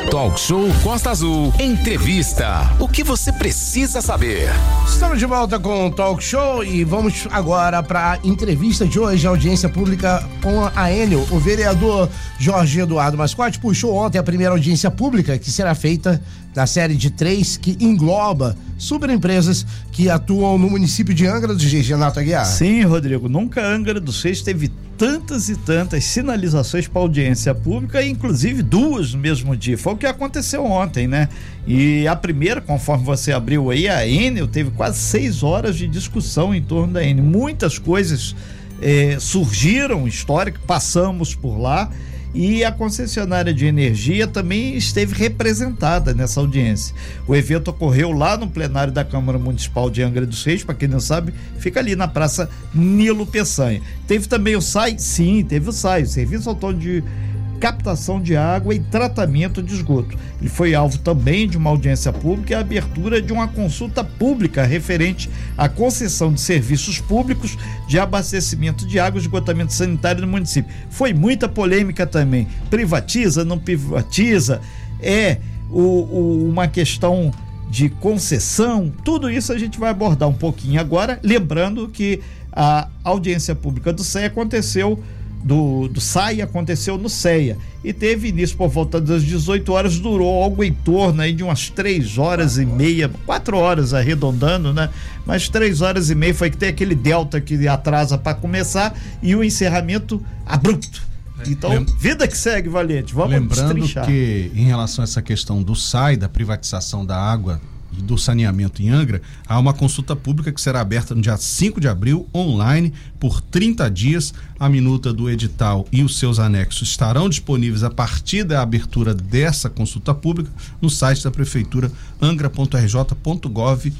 Talk Show Costa Azul. Entrevista. O que você precisa saber? Estamos de volta com o Talk Show e vamos agora para a entrevista de hoje, a audiência pública com a Enel. O vereador Jorge Eduardo Mascote puxou ontem a primeira audiência pública que será feita da série de 3 que engloba superempresas que atuam no município de Angra dos Reis. Renato Aguiar. Sim, Rodrigo, nunca Angra dos Reis teve tantas e tantas sinalizações para audiência pública, inclusive 2 no mesmo dia. Foi o que aconteceu ontem, né? E a primeira, conforme você abriu aí, a Enel teve quase 6 horas de discussão em torno da Enel. Muitas coisas surgiram, histórico, passamos por lá. E a concessionária de energia também esteve representada nessa audiência. O evento ocorreu lá no plenário da Câmara Municipal de Angra dos Reis, para quem não sabe, fica ali na Praça Nilo Peçanha. Teve também o SAI? Sim, teve o SAI, o Serviço Autônomo de Captação de Água e Tratamento de Esgoto. Ele foi alvo também de uma audiência pública e a abertura de uma consulta pública referente à concessão de serviços públicos de abastecimento de água e esgotamento sanitário no município. Foi muita polêmica também. Privatiza, não privatiza? Uma questão de concessão? Tudo isso a gente vai abordar um pouquinho agora, lembrando que a audiência pública do SEA aconteceu do SAI aconteceu no CEA e teve início por volta das 18 horas, durou algo em torno aí de umas 3 horas e meia, 4 horas arredondando, né? Mas 3 horas e meia foi que tem aquele delta que atrasa para começar e o encerramento abrupto. Então, vida que segue, Valente, vamos destrinchar. Lembrando que em relação a essa questão do SAI, da privatização da água e do saneamento em Angra, há uma consulta pública que será aberta no dia 5 de abril, online, por 30 dias. A minuta do edital e os seus anexos estarão disponíveis a partir da abertura dessa consulta pública no site da Prefeitura, angra.rj.gov.br.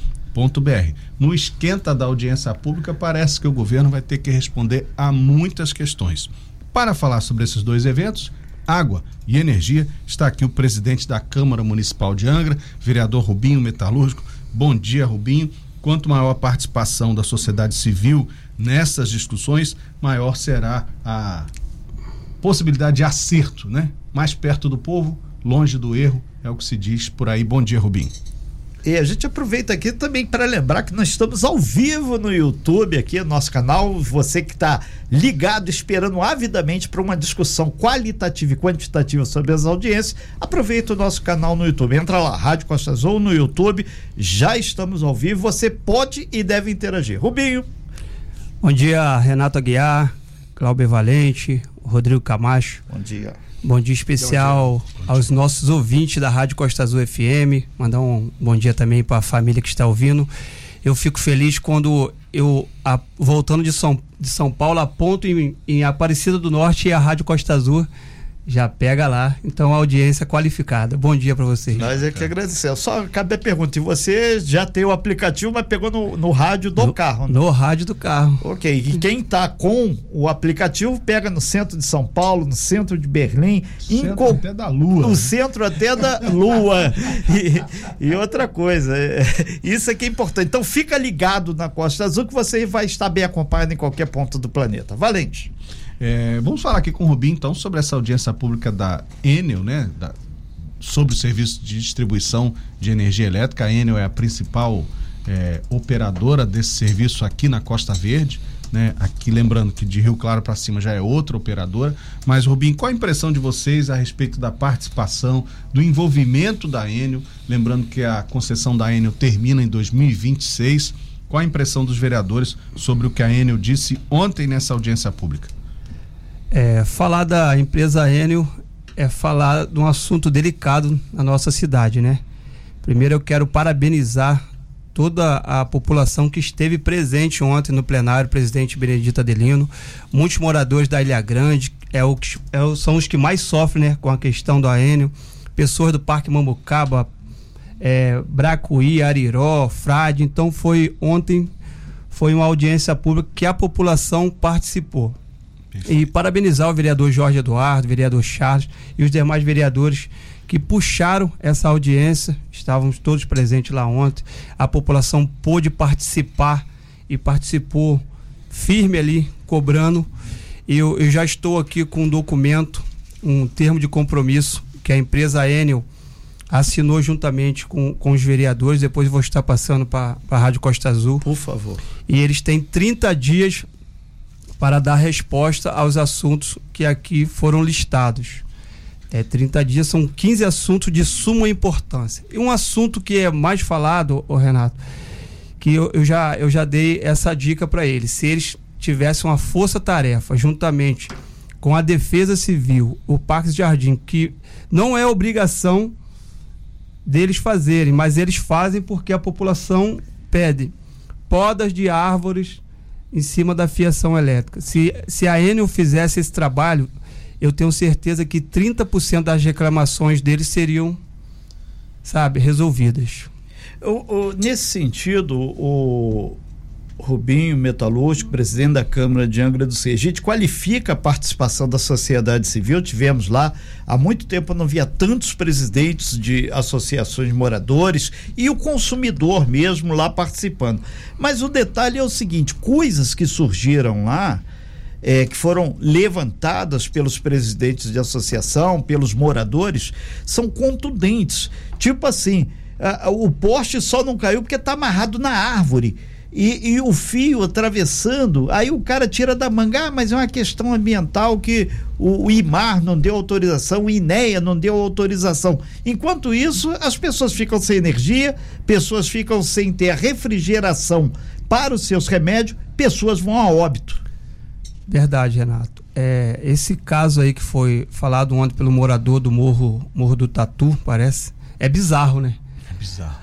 No esquenta da audiência pública, parece que o governo vai ter que responder a muitas questões. Para falar sobre esses 2 eventos, água e energia, está aqui o presidente da Câmara Municipal de Angra, vereador Rubinho Metalúrgico. Bom dia, Rubinho. Quanto maior a participação da sociedade civil nessas discussões, maior será a possibilidade de acerto, né? Mais perto do povo, longe do erro, é o que se diz por aí. Bom dia, Rubinho. E a gente aproveita aqui também para lembrar que nós estamos ao vivo no YouTube, aqui no nosso canal. Você que está ligado, esperando avidamente para uma discussão qualitativa e quantitativa sobre as audiências, aproveita o nosso canal no YouTube. Entra lá, Rádio Costa Azul no YouTube, já estamos ao vivo. Você pode e deve interagir. Rubinho. Bom dia, Renato Aguiar, Cláudio Valente, Rodrigo Camacho. Bom dia. Bom dia especial aos nossos ouvintes da Rádio Costa Azul FM. Mandar um bom dia também para a família que está ouvindo. Eu fico feliz quando eu, voltando de São Paulo, aponto em Aparecida do Norte e a Rádio Costa Azul já pega lá. Então, a audiência qualificada. Bom dia para vocês. Nós é que agradecemos. Só cabe a pergunta: e você já tem o aplicativo, mas pegou no rádio do carro? Né? No rádio do carro. Ok. E quem tá com o aplicativo pega no centro de São Paulo, no centro de Berlim, até da Lua. No centro até da Lua. E outra coisa, isso aqui é importante. Então, fica ligado na Costa Azul que você vai estar bem acompanhado em qualquer ponto do planeta. Valente. Vamos falar aqui com o Rubinho, então, sobre essa audiência pública da Enel, né? Sobre o serviço de distribuição de energia elétrica. A Enel é a principal operadora desse serviço aqui na Costa Verde, né? Aqui, lembrando que de Rio Claro para cima já é outra operadora. Mas, Rubinho, qual a impressão de vocês a respeito da participação, do envolvimento da Enel? Lembrando que a concessão da Enel termina em 2026. Qual a impressão dos vereadores sobre o que a Enel disse ontem nessa audiência pública? Falar da empresa Enel é falar de um assunto delicado na nossa cidade, né? Primeiro eu quero parabenizar toda a população que esteve presente ontem no plenário, presidente Benedito Adelino, muitos moradores da Ilha Grande, são os que mais sofrem, né, com a questão da Enel, pessoas do Parque Mambucaba, Bracuí, Ariró, Frade. Então ontem foi uma audiência pública que a população participou. E parabenizar o vereador Jorge Eduardo, o vereador Charles e os demais vereadores que puxaram essa audiência. Estávamos todos presentes lá ontem. A população pôde participar e participou firme ali, cobrando. Eu já estou aqui com um documento, um termo de compromisso que a empresa Enel assinou juntamente com os vereadores, depois eu vou estar passando para a Rádio Costa Azul. Por favor. E eles têm 30 dias para dar resposta aos assuntos que aqui foram listados. 30 dias são 15 assuntos de suma importância. E um assunto que é mais falado, Renato, que eu já dei essa dica para eles. Se eles tivessem uma força-tarefa juntamente com a Defesa Civil, o Parque Jardim, que não é obrigação deles fazerem, mas eles fazem porque a população pede podas de árvores em cima da fiação elétrica. Se a Enel fizesse esse trabalho, eu tenho certeza que 30% das reclamações deles seriam, resolvidas. Nesse sentido, o Rubinho Metalúrgico, presidente da Câmara de Angra dos Reis, a gente qualifica a participação da sociedade civil. Tivemos lá, há muito tempo eu não via tantos presidentes de associações de moradores e o consumidor mesmo lá participando. Mas o detalhe é o seguinte: coisas que surgiram lá, que foram levantadas pelos presidentes de associação, pelos moradores, são contundentes. Tipo assim, o poste só não caiu porque está amarrado na árvore. E o fio atravessando, aí o cara tira da manga, mas é uma questão ambiental que o IMAR não deu autorização, o INEA não deu autorização. Enquanto isso, as pessoas ficam sem energia, pessoas ficam sem ter a refrigeração para os seus remédios, pessoas vão a óbito. Verdade, Renato. Esse caso aí que foi falado ontem pelo morador do Morro do Tatu, parece, é bizarro, né? É bizarro.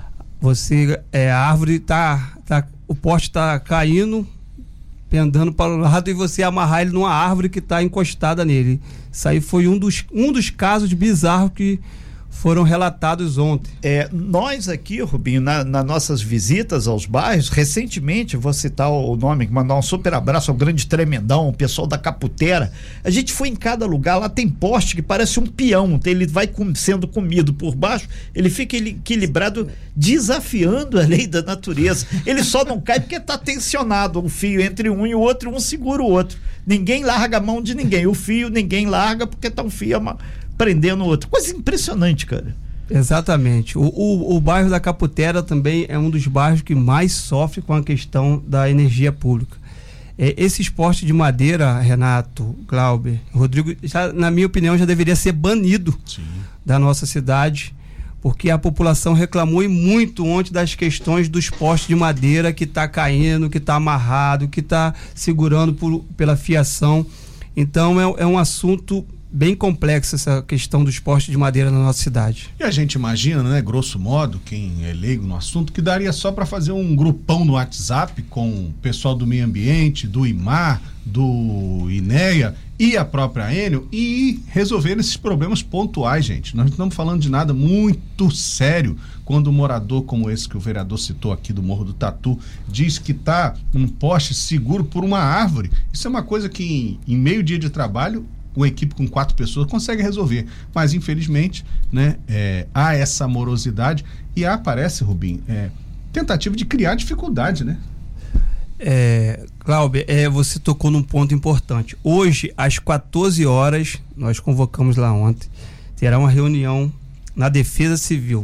A árvore o poste está caindo, pendando para o lado, e você amarrar ele numa árvore que está encostada nele. Isso aí foi um dos casos bizarros que foram relatados ontem. Nós aqui, Rubinho, nas nossas visitas aos bairros, recentemente, vou citar o nome, mandar um super abraço ao Grande Tremendão, o pessoal da Caputera. A gente foi em cada lugar, lá tem poste que parece um peão, ele vai sendo comido por baixo, ele fica equilibrado, desafiando a lei da natureza. Ele só não cai porque está tensionado o fio entre um e o outro, um segura o outro. Ninguém larga a mão de ninguém, o fio ninguém larga porque está um fio prendendo o outro. Coisa impressionante, cara. Exatamente. O bairro da Caputera também é um dos bairros que mais sofre com a questão da energia pública. Esses postes de madeira, Renato, Glauber, Rodrigo, na minha opinião, já deveria ser banido da nossa cidade, porque a população reclamou muito ontem das questões dos postes de madeira que está caindo, que está amarrado, que está segurando pela fiação. Então é um assunto bem complexa, essa questão dos postes de madeira na nossa cidade. E a gente imagina, né, grosso modo, quem é leigo no assunto, que daria só para fazer um grupão no WhatsApp com o pessoal do meio ambiente, do IMAR, do INEA e a própria Enel e resolver esses problemas pontuais, gente. Nós não estamos falando de nada muito sério quando um morador como esse que o vereador citou aqui do Morro do Tatu diz que está um poste seguro por uma árvore. Isso é uma coisa que em meio dia de trabalho uma equipe com 4 pessoas consegue resolver, mas infelizmente, né, há essa morosidade e parece, Rubinho, tentativa de criar dificuldade, né? Glauber, você tocou num ponto importante. Hoje, às 14 horas, nós convocamos lá ontem, terá uma reunião na Defesa Civil,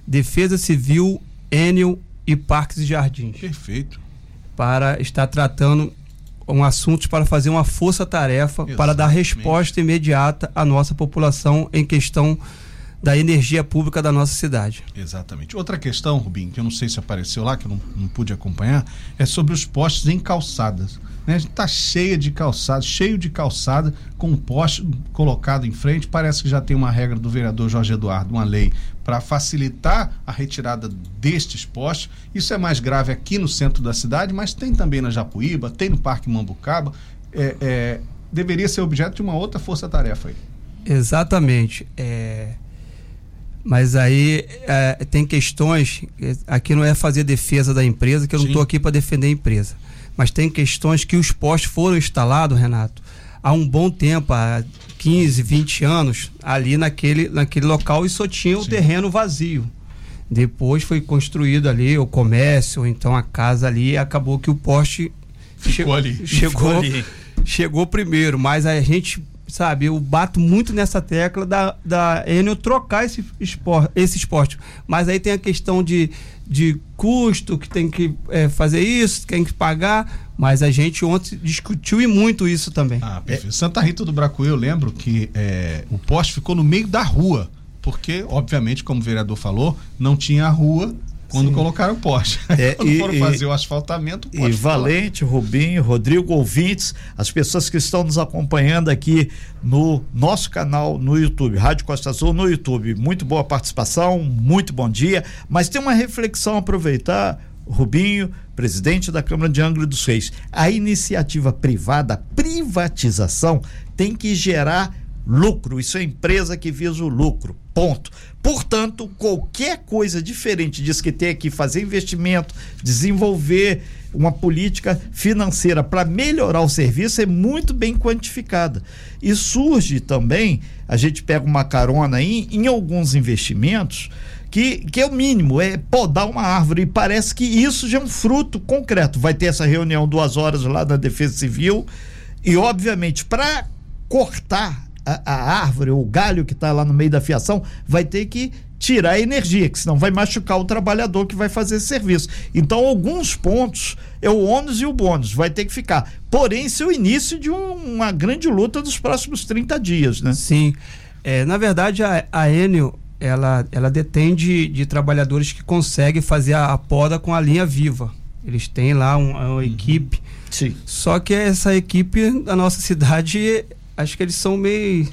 Enel e Parques e Jardins. Perfeito. Para estar tratando assuntos para fazer uma força-tarefa para dar resposta imediata à nossa população em questão da energia pública da nossa cidade. Exatamente. Outra questão, Rubinho, que eu não sei se apareceu lá, que eu não pude acompanhar, é sobre os postes em calçadas. Né? A gente está cheio de calçada, com um poste colocado em frente. Parece que já tem uma regra do vereador Jorge Eduardo, uma lei para facilitar a retirada destes postes. Isso é mais grave aqui no centro da cidade, mas tem também na Japuíba, tem no Parque Mambucaba. Deveria ser objeto de uma outra força-tarefa aí. Exatamente. Mas aí tem questões, aqui não é fazer defesa da empresa, que eu não estou aqui para defender a empresa, mas tem questões que os postes foram instalados, Renato, há um bom tempo, há 15, 20 anos, ali naquele local, e só tinha o terreno vazio. Depois foi construído ali o comércio, ou então a casa ali, e acabou que o poste chegou primeiro, mas a gente sabe, eu bato muito nessa tecla da Enel trocar esse esporte. Mas aí tem a questão de custo, que tem que fazer isso, tem que pagar, mas a gente ontem discutiu e muito isso também. Perfeito. Santa Rita do Bracuê, eu lembro que o poste ficou no meio da rua, porque, obviamente, como o vereador falou, não tinha rua quando colocaram o poste. Quando foram fazer o asfaltamento, o poste. E Valente, Rubinho, Rodrigo, ouvintes, as pessoas que estão nos acompanhando aqui no nosso canal no YouTube, Rádio Costa Azul no YouTube. Muito boa participação, muito bom dia. Mas tem uma reflexão a aproveitar, Rubinho, presidente da Câmara de Angra dos Reis. A iniciativa privada, a privatização, tem que gerar lucro. Isso é empresa que visa o lucro. Ponto. Portanto, qualquer coisa diferente disso, que tem que fazer investimento, desenvolver uma política financeira para melhorar o serviço, é muito bem quantificada. E surge também, a gente pega uma carona aí em alguns investimentos que é o mínimo, é podar uma árvore, e parece que isso já é um fruto concreto. Vai ter essa reunião 2 horas lá da Defesa Civil e, obviamente, para cortar a árvore, o galho que está lá no meio da fiação, vai ter que tirar a energia, que senão vai machucar o trabalhador que vai fazer esse serviço. Então, alguns pontos é o ônus e o bônus, vai ter que ficar. Porém, isso é o início de uma grande luta dos próximos 30 dias, né? Sim. Na verdade, a Enel, ela detém de trabalhadores que conseguem fazer a poda com a linha viva. Eles têm lá uma equipe. Sim. Só que essa equipe da nossa cidade, acho que eles são meio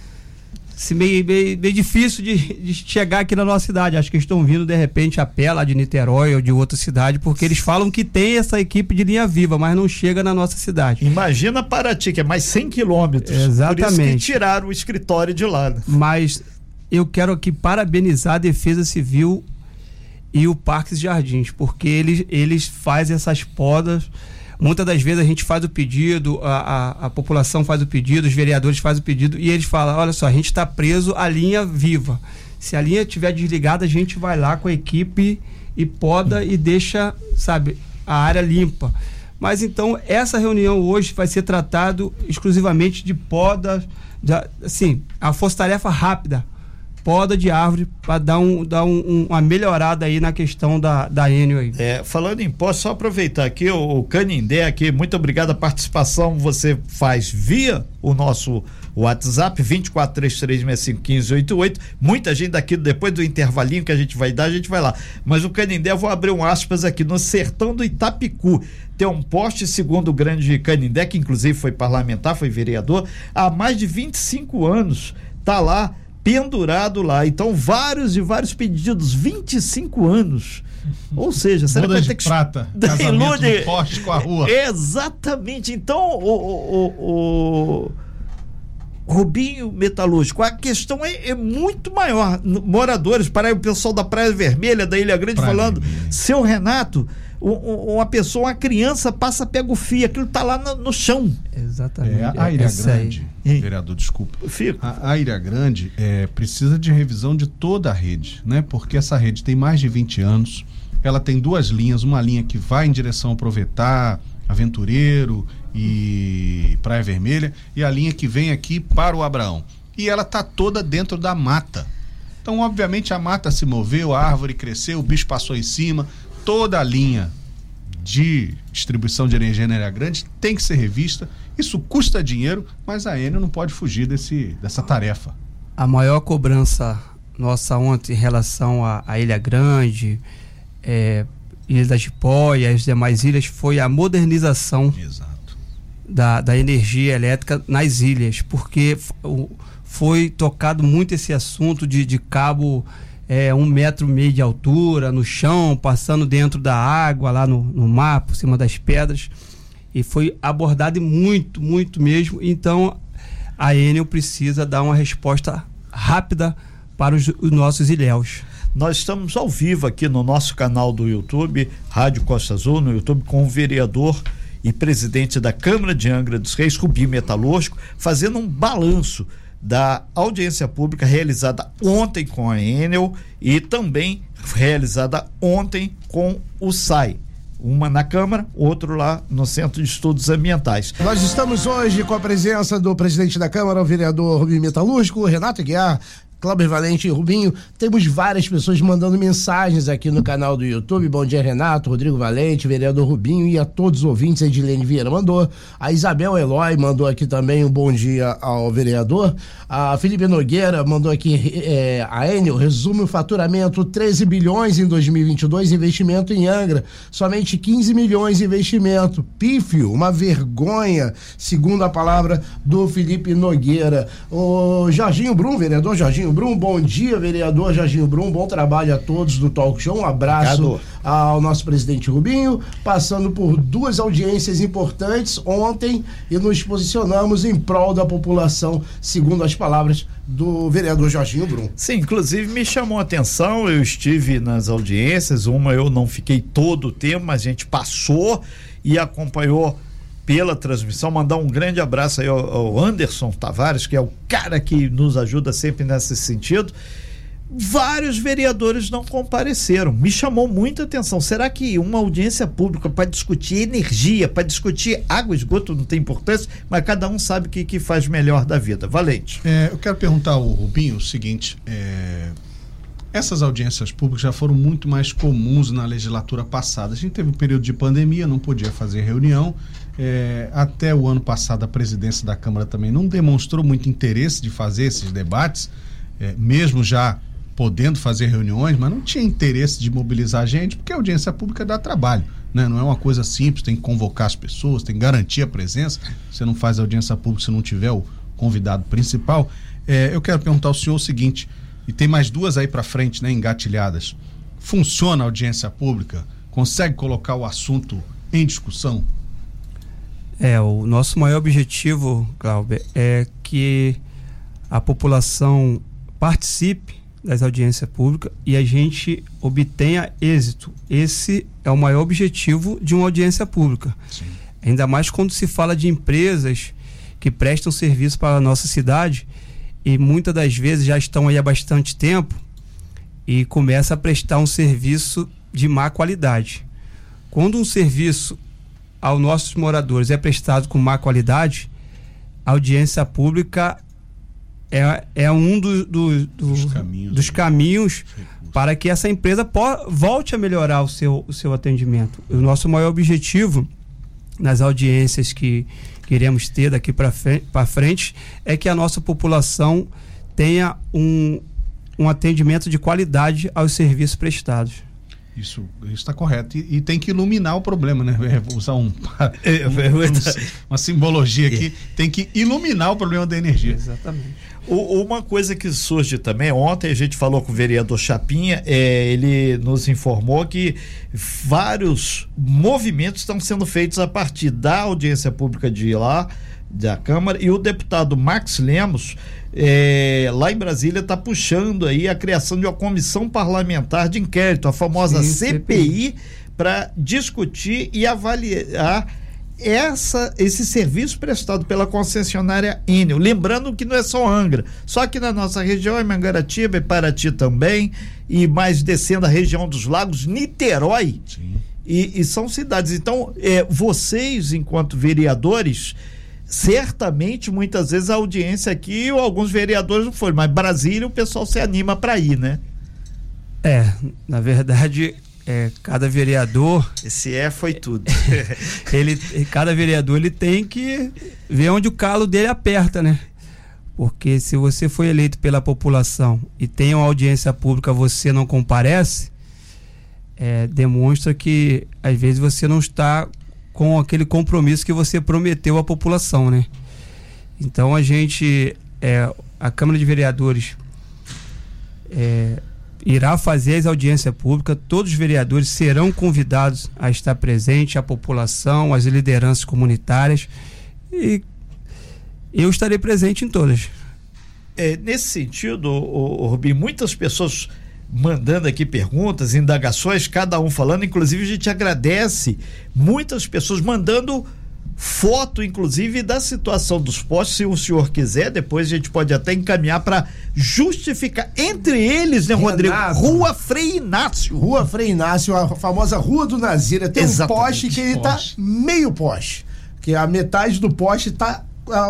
difícil de chegar aqui na nossa cidade. Acho que eles estão vindo de repente a pé lá de Niterói ou de outra cidade, porque eles falam que tem essa equipe de linha viva, mas não chega na nossa cidade. Imagina Paraty, que é mais 100 quilômetros. Exatamente. Por isso que tiraram o escritório de lá. Mas eu quero aqui parabenizar a Defesa Civil e o Parques e Jardins, porque eles fazem essas podas. Muitas das vezes a gente faz o pedido, a população faz o pedido, os vereadores fazem o pedido e eles falam, olha só, a gente está preso à linha viva. Se a linha estiver desligada, a gente vai lá com a equipe e poda e deixa, sabe, a área limpa. Mas então, essa reunião hoje vai ser tratado exclusivamente de poda, assim, a força-tarefa rápida, poda de árvore, para dar uma melhorada aí na questão da Enel aí. Falando em poda, só aproveitar aqui o Canindé aqui, muito obrigado. A participação você faz via o nosso WhatsApp 2433651588. Muita gente daqui, depois do intervalinho que a gente vai dar, a gente vai lá. Mas o Canindé, eu vou abrir um aspas aqui, no sertão do Itapicu tem um poste, segundo o grande Canindé, que inclusive foi parlamentar, foi vereador, há mais de 25 anos, tá lá pendurado lá. Então, vários pedidos, 25 anos. Ou seja, será que vai ter que prata, casamento no poste com a rua. Exatamente. Então, o Rubinho Metalúrgico, a questão é muito maior. Moradores, para o pessoal da Praia Vermelha, da Ilha Grande, falando, seu Renato, uma pessoa, uma criança pega o fio, aquilo tá lá no chão. Exatamente. A Ilha Grande, vereador, desculpa. A Ilha Grande precisa de revisão de toda a rede, né? Porque essa rede tem mais de 20 anos, ela tem 2 linhas, uma linha que vai em direção ao Provetá, Aventureiro e Praia Vermelha, e a linha que vem aqui para o Abraão. E ela tá toda dentro da mata. Então, obviamente, a mata se moveu, a árvore cresceu, o bicho passou em cima. Toda a linha de distribuição de energia na Ilha Grande tem que ser revista. Isso custa dinheiro, mas a Enel não pode fugir dessa tarefa. A maior cobrança nossa ontem em relação à Ilha Grande, Ilha da Jipóia e as demais ilhas, foi a modernização da energia elétrica nas ilhas, porque foi tocado muito esse assunto de cabo 1,5 metro de altura no chão, passando dentro da água, lá no mar, por cima das pedras, e foi abordado muito, muito mesmo. Então a Enel precisa dar uma resposta rápida para os nossos ilhéus. Nós estamos ao vivo aqui no nosso canal do YouTube, Rádio Costa Azul, no YouTube, com o vereador e presidente da Câmara de Angra dos Reis, Rubinho Metalúrgico, fazendo um balanço da audiência pública realizada ontem com a Enel e também realizada ontem com o SAI. uma na Câmara, outro lá no Centro de Estudos Ambientais. Nós estamos hoje com a presença do presidente da Câmara, o vereador Rubinho Metalúrgico, Renato Aguiar, Cláudio Valente e Rubinho. Temos várias pessoas mandando mensagens aqui no canal do YouTube. Bom dia, Renato, Rodrigo Valente, vereador Rubinho e a todos os ouvintes. A Edilene Vieira mandou. A Isabel Eloy mandou aqui também um bom dia ao vereador. A Felipe Nogueira mandou aqui, a Enel resume o faturamento 13 bilhões em 2022, investimento em Angra, somente 15 milhões em investimento. Pífio, uma vergonha, segundo a palavra do Felipe Nogueira. O Jorginho Brum, vereador Jorginho Brum, bom dia, vereador Jorginho Brum, bom trabalho a todos do Talk Show, um abraço ao nosso presidente Rubinho, passando por duas audiências importantes ontem e nos posicionamos em prol da população, segundo as palavras do vereador Jorginho Brum. Sim, inclusive me chamou a atenção, eu estive nas audiências, uma eu não fiquei todo o tempo, mas a gente passou e acompanhou pela transmissão. Mandar um grande abraço aí ao Anderson Tavares, que é o cara que nos ajuda sempre nesse sentido. Vários vereadores não compareceram, me chamou muita atenção. Será que uma audiência pública para discutir energia, para discutir água e esgoto não tem importância, mas cada um sabe o que faz melhor da vida? Valente. Eu quero perguntar ao Rubinho o seguinte, essas audiências públicas já foram muito mais comuns na legislatura passada. A gente teve um período de pandemia, não podia fazer reunião. Até o ano passado a presidência da Câmara também não demonstrou muito interesse de fazer esses debates, mesmo já podendo fazer reuniões, mas não tinha interesse de mobilizar a gente, porque a audiência pública dá trabalho, né? Não é uma coisa simples, tem que convocar as pessoas, tem que garantir a presença. Você não faz audiência pública se não tiver o convidado principal. Eu quero perguntar ao senhor o seguinte, e tem mais duas aí para frente, né, engatilhadas. Funciona a audiência pública? Consegue colocar o assunto em discussão? O nosso maior objetivo, Cláudio, é que a população participe das audiências públicas e a gente obtenha êxito. Esse é o maior objetivo de uma audiência pública. Sim. Ainda mais quando se fala de empresas que prestam serviço para a nossa cidade e muitas das vezes já estão aí há bastante tempo e começa a prestar um serviço de má qualidade. Quando um serviço aos nossos moradores é prestado com má qualidade, a audiência pública é um dos caminhos para que essa empresa volte a melhorar o seu atendimento. O nosso maior objetivo nas audiências que queremos ter daqui para frente é que a nossa população tenha um atendimento de qualidade aos serviços prestados. Isso está correto. E tem que iluminar o problema, né? Vou usar uma simbologia aqui. Tem que iluminar o problema da energia. Exatamente. Uma coisa que surge também, ontem a gente falou com o vereador Chapinha, ele nos informou que vários movimentos estão sendo feitos a partir da audiência pública de lá, da Câmara, e o deputado Max Lemos, lá em Brasília, está puxando aí a criação de uma comissão parlamentar de inquérito, a famosa CPI, para discutir e avaliar esse serviço prestado pela concessionária Enel. Lembrando que não é só Angra, só que na nossa região é Mangaratiba e Paraty também, e mais descendo a região dos lagos, Niterói. Sim. E são cidades. Então, vocês, enquanto vereadores, certamente, muitas vezes a audiência aqui, ou alguns vereadores não foram, mas Brasília o pessoal se anima para ir, né? Na verdade, cada vereador... Esse foi tudo. Cada vereador ele tem que ver onde o calo dele aperta, né? Porque se você foi eleito pela população e tem uma audiência pública, você não comparece, demonstra que às vezes você não está com aquele compromisso que você prometeu à população, né? Então a Câmara de Vereadores irá fazer as audiências públicas, todos os vereadores serão convidados a estar presente, a população, as lideranças comunitárias, e eu estarei presente em todas. Nesse sentido, Rubinho, muitas pessoas mandando aqui perguntas, indagações, cada um falando, inclusive a gente agradece muitas pessoas mandando foto, inclusive, da situação dos postes. Se o senhor quiser, depois a gente pode até encaminhar para justificar. Entre eles, né, Rodrigo? Rua Frei Inácio. Rua Frei Inácio, a famosa Rua do Nazira. Tem Exatamente. um poste que ele tá meio poste. Que a metade do poste tá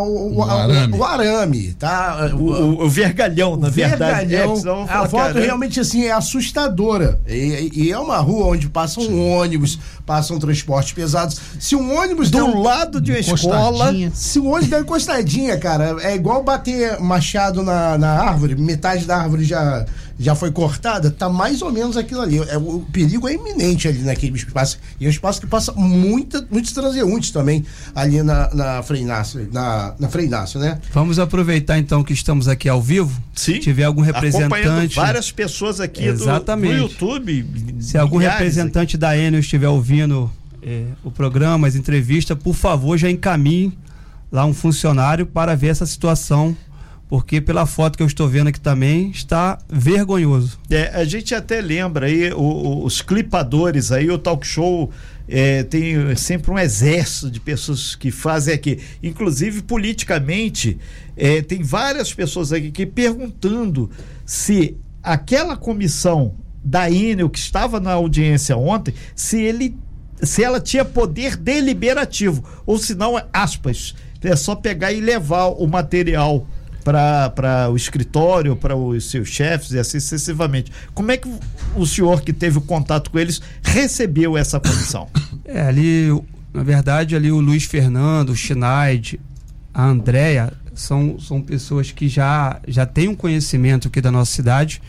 o arame, tá? O vergalhão, na verdade. Vergalhão, a foto realmente assim é assustadora. E é uma rua onde passam ônibus, passam transportes pesados. Se um ônibus do lado de uma escola, se um ônibus der encostadinha, cara, é igual bater machado na árvore, metade da árvore já foi cortada, tá mais ou menos aquilo ali. O perigo é iminente ali naquele espaço. E é um espaço que passa muitos transeuntes também ali na Frei Inácio, na Frei Inácio, né? Vamos aproveitar então que estamos aqui ao vivo. Sim. Se tiver algum representante. Várias pessoas aqui do YouTube. Se algum representante da Enel estiver ouvindo o programa, as entrevistas, por favor, já encaminhe lá um funcionário para ver essa situação. Porque pela foto que eu estou vendo aqui também está vergonhoso. A gente até lembra aí os clipadores aí, o talk show tem sempre um exército de pessoas que fazem aqui, inclusive politicamente, tem várias pessoas aqui que perguntando se aquela comissão da Enel que estava na audiência ontem, se ela tinha poder deliberativo, ou se não, aspas, é só pegar e levar o material para o escritório, para os seus chefes e assim sucessivamente. Como é que o senhor que teve o contato com eles recebeu essa comissão? Ali, na verdade, ali o Luiz Fernando, o Schneid, a Andréia, são pessoas que já têm um conhecimento aqui da nossa cidade.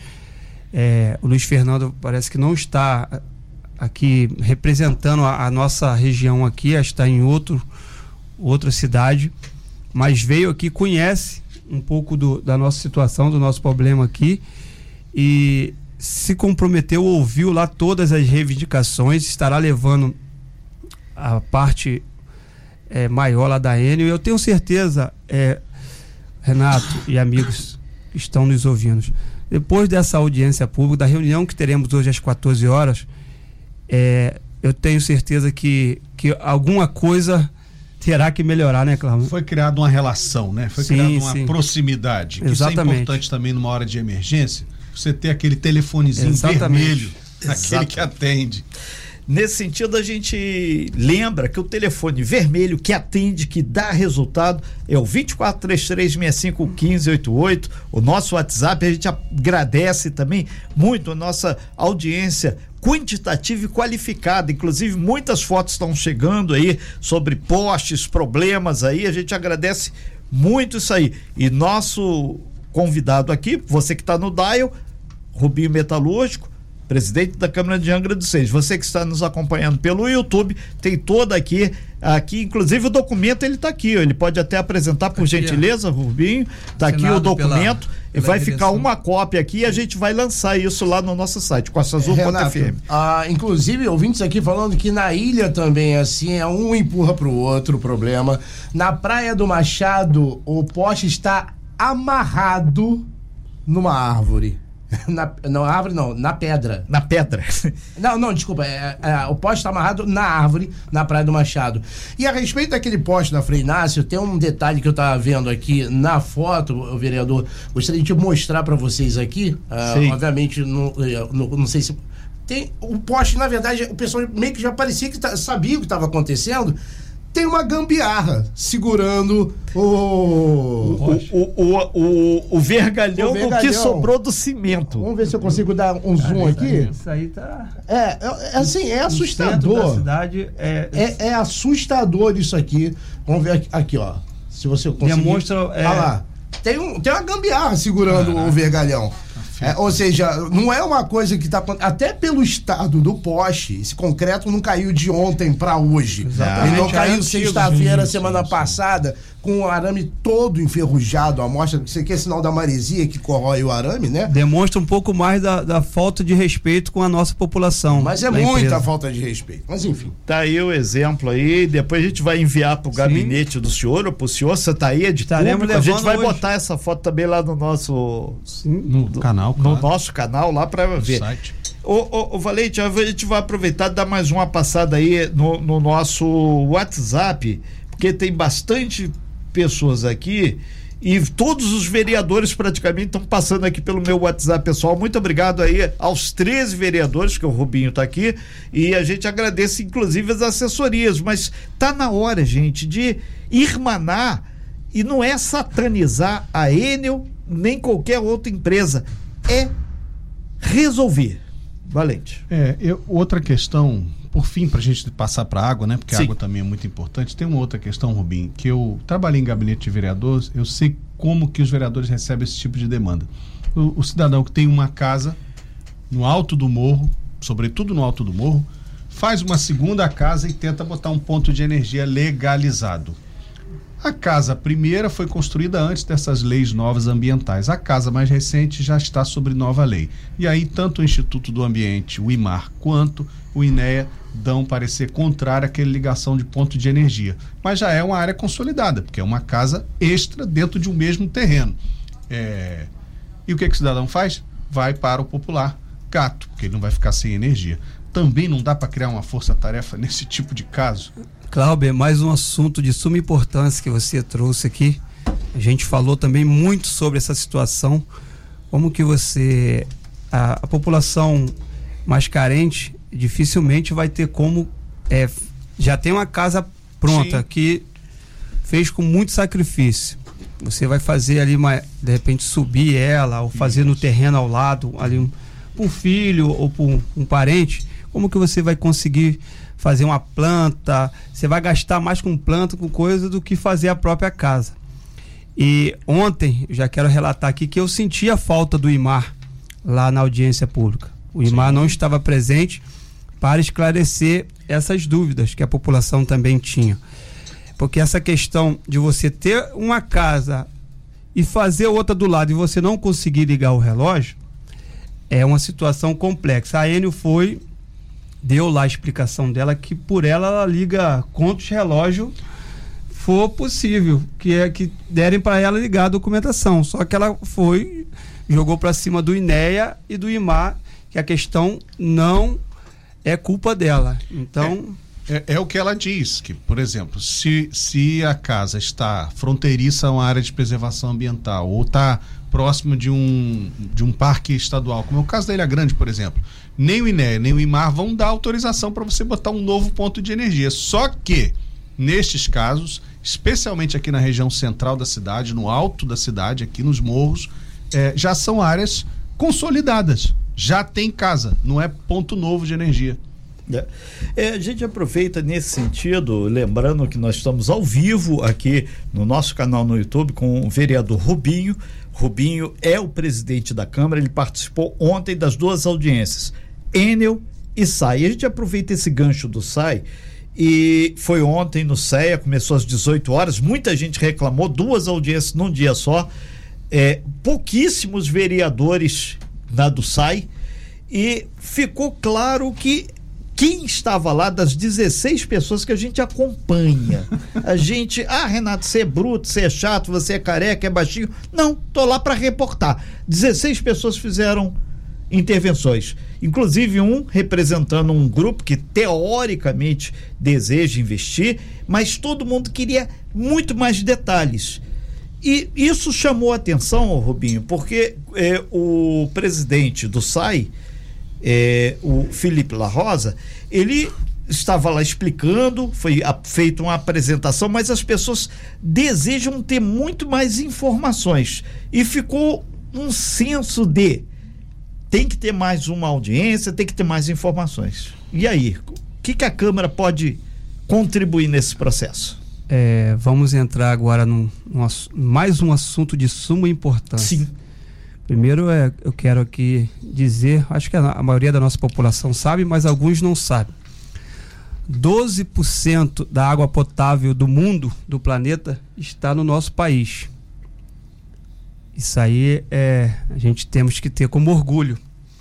O Luiz Fernando parece que não está aqui representando a nossa região aqui, está em outra cidade, mas veio aqui, conhece um pouco da nossa situação, do nosso problema aqui, e se comprometeu, ouviu lá todas as reivindicações, estará levando a parte maior lá da Enel, e eu tenho certeza, Renato e amigos que estão nos ouvindo, depois dessa audiência pública, da reunião que teremos hoje às 14 horas, eu tenho certeza que alguma coisa terá que melhorar, né, Cláudio? Foi criada uma relação, né? Foi criada uma proximidade. Que isso é importante também numa hora de emergência. Você ter aquele telefonezinho vermelho, aquele que atende. Nesse sentido, a gente lembra que o telefone vermelho que atende, que dá resultado, é o 2433651588, o nosso WhatsApp. A gente agradece também muito a nossa audiência quantitativa e qualificada, inclusive muitas fotos estão chegando aí sobre postes, problemas aí, a gente agradece muito isso aí. E nosso convidado aqui, você que está no dial, Rubinho Metalúrgico, presidente da Câmara de Angra dos Reis. Você que está nos acompanhando pelo YouTube, tem toda aqui, inclusive o documento, ele está aqui, ele pode até apresentar, por gentileza, Rubinho, está aqui o documento, e vai ficar uma cópia aqui e a gente vai lançar isso lá no nosso site, costaazul.fm. Inclusive, ouvintes aqui falando que na ilha também, assim, um empurra pro outro o problema. Na Praia do Machado, o poste está amarrado numa árvore. Na árvore não, na pedra. Na pedra. Não, desculpa. O poste está amarrado na árvore, na Praia do Machado. E a respeito daquele poste da Frei Inácio, tem um detalhe que eu estava vendo aqui na foto, o vereador, gostaria de mostrar para vocês aqui. Obviamente, não sei se. Tem o poste, na verdade, o pessoal meio que já parecia que sabia o que estava acontecendo. Tem uma gambiarra segurando o vergalhão do que sobrou do cimento. Vamos ver se eu consigo dar um zoom aqui. Isso aí tá. Assim, é assustador. Da cidade é assustador isso aqui. Vamos ver aqui, ó. Se você conseguir. Demonstra. Olha lá. Tem uma gambiarra segurando o vergalhão. Ou seja, não é uma coisa que está... Até pelo estado do poste, esse concreto não caiu de ontem para hoje. Ele não caiu sexta-feira, semana passada, com o arame todo enferrujado. A amostra, isso aqui é sinal da maresia que corrói o arame, né? Demonstra um pouco mais da falta de respeito com a nossa população. Mas é muita falta de respeito. Mas enfim. Tá aí o exemplo aí. Depois a gente vai enviar pro gabinete do senhor ou pro senhor. Você tá aí, a gente vai botar essa foto também lá no nosso canal. No nosso canal lá para ver. Site. Ô Valente, a gente vai aproveitar e dar mais uma passada aí no nosso WhatsApp, porque porque tem bastante pessoas aqui e todos os vereadores praticamente estão passando aqui pelo meu WhatsApp pessoal. Muito obrigado aí aos 13 vereadores, que o Rubinho está aqui, e a gente agradece inclusive as assessorias, mas tá na hora, gente, de irmanar, e não é satanizar a Enel nem qualquer outra empresa, é resolver. Valente. Outra questão, por fim, para a gente passar para a água, né? Porque Sim. a água também é muito importante. Tem uma outra questão, Rubinho, que eu trabalhei em gabinete de vereadores, eu sei como que os vereadores recebem esse tipo de demanda. O cidadão que tem uma casa no alto do morro, sobretudo no alto do morro, faz uma segunda casa e tenta botar um ponto de energia legalizado. A casa primeira foi construída antes dessas leis novas ambientais. A casa mais recente já está sobre nova lei. E aí, tanto o Instituto do Ambiente, o IMAR, quanto o INEA dão parecer contrário àquela ligação de ponto de energia. Mas já é uma área consolidada, porque é uma casa extra dentro de um mesmo terreno. E o que o cidadão faz? Vai para o popular gato, porque ele não vai ficar sem energia. Também não dá para criar uma força-tarefa nesse tipo de caso? Cláudio, mais um assunto de suma importância que você trouxe aqui. A gente falou também muito sobre essa situação, como que a população mais carente dificilmente vai ter como, já tem uma casa pronta. Sim. Que fez com muito sacrifício. Você vai fazer ali, de repente subir ela, ou fazer no terreno ao lado, ali um filho ou por um parente. Como que você vai conseguir fazer uma planta? Você vai gastar mais com planta, com coisa, do que fazer a própria casa. E ontem, eu já quero relatar aqui que eu senti a falta do IMAR lá na audiência pública. O IMAR Sim. não estava presente para esclarecer essas dúvidas que a população também tinha. Porque essa questão de você ter uma casa e fazer outra do lado e você não conseguir ligar o relógio é uma situação complexa. A Enel deu lá a explicação dela que por ela liga quantos relógios for possível, que derem para ela ligar a documentação. Só que ela jogou para cima do INEA e do IMAR, que a questão não é culpa dela. Então é o que ela diz, que, por exemplo, se a casa está fronteiriça a uma área de preservação ambiental ou está próximo de um parque estadual, como é o caso da Ilha Grande, por exemplo, nem o INEA nem o IMAR vão dar autorização para você botar um novo ponto de energia. Só que, nestes casos, especialmente aqui na região central da cidade, no alto da cidade, aqui nos morros, já são áreas consolidadas. Já tem casa, não é ponto novo de energia. A gente aproveita nesse sentido, lembrando que nós estamos ao vivo aqui no nosso canal no YouTube com o vereador Rubinho. Rubinho é o presidente da Câmara, ele participou ontem das duas audiências, Enel e SAI. A gente aproveita esse gancho do SAI e foi ontem no CEA, começou às 18 horas, muita gente reclamou, 2 audiências num dia só, pouquíssimos vereadores na do SAI, e ficou claro que quem estava lá, das 16 pessoas que a gente acompanha, Renato, você é bruto, você é chato, você é careca, é baixinho. Não, tô lá para reportar. 16 pessoas fizeram intervenções, inclusive um representando um grupo que teoricamente deseja investir, mas todo mundo queria muito mais detalhes. E isso chamou a atenção, Rubinho, porque o presidente do SAI, o Felipe La Rosa, ele estava lá explicando, foi feita uma apresentação, mas as pessoas desejam ter muito mais informações e ficou um senso de tem que ter mais uma audiência, tem que ter mais informações. E aí, o que a Câmara pode contribuir nesse processo? Vamos entrar agora mais um assunto de suma importância. Sim. Primeiro, eu quero aqui dizer, acho que a maioria da nossa população sabe, mas alguns não sabem. 12% da água potável do mundo, do planeta, está no nosso país. Isso aí a gente temos que ter como orgulho.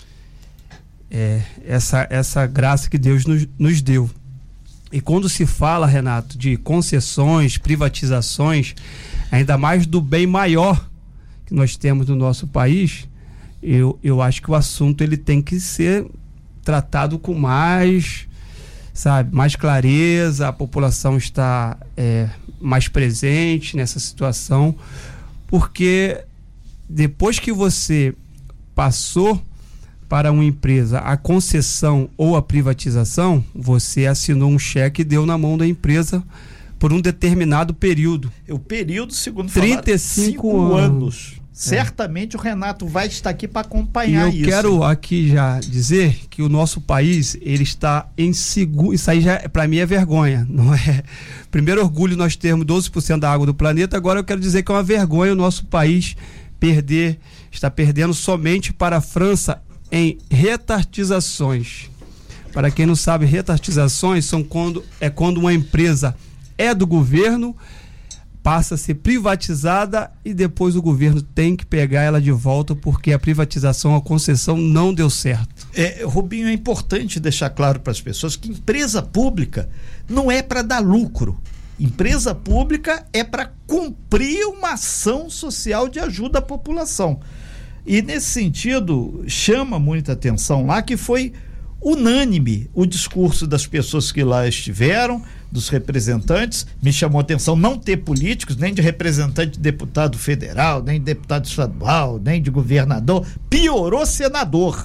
Essa graça que Deus nos deu. E quando se fala, Renato, de concessões, privatizações, ainda mais do bem maior que nós temos no nosso país, eu acho que o assunto ele tem que ser tratado com mais sabe, mais clareza, a população está mais presente nessa situação, porque depois que você passou para uma empresa a concessão ou a privatização, você assinou um cheque e deu na mão da empresa por um determinado período. O período, segundo 35 anos. Certamente o Renato vai estar aqui para acompanhar isso. E eu quero aqui já dizer que o nosso país, ele está em segundo. Isso aí já, para mim, é vergonha, não é? Primeiro orgulho nós termos 12% da água do planeta, agora eu quero dizer que é uma vergonha o nosso país está perdendo somente para a França em retartizações. Para quem não sabe, retartizações são quando uma empresa é do governo, passa a ser privatizada e depois o governo tem que pegar ela de volta porque a privatização, a concessão não deu certo. Rubinho, é importante deixar claro para as pessoas que empresa pública não é para dar lucro. Empresa pública é para cumprir uma ação social de ajuda à população. E nesse sentido, chama muita atenção lá que foi unânime o discurso das pessoas que lá estiveram, dos representantes. Me chamou a atenção não ter políticos, nem de representante de deputado federal, nem de deputado estadual, nem de governador. Piorou senador.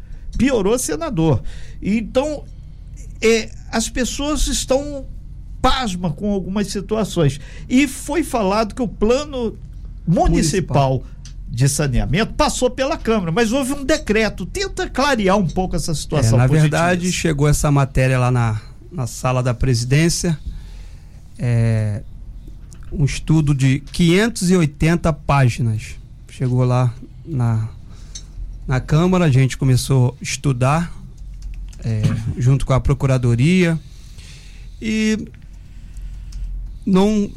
Então, as pessoas estão pasmas com algumas situações. E foi falado que o plano municipal de saneamento passou pela Câmara, mas houve um decreto. Tenta clarear um pouco essa situação. Na verdade, chegou essa matéria lá na sala da presidência, um estudo de 580 páginas. Chegou lá na Câmara, a gente começou a estudar junto com a Procuradoria e não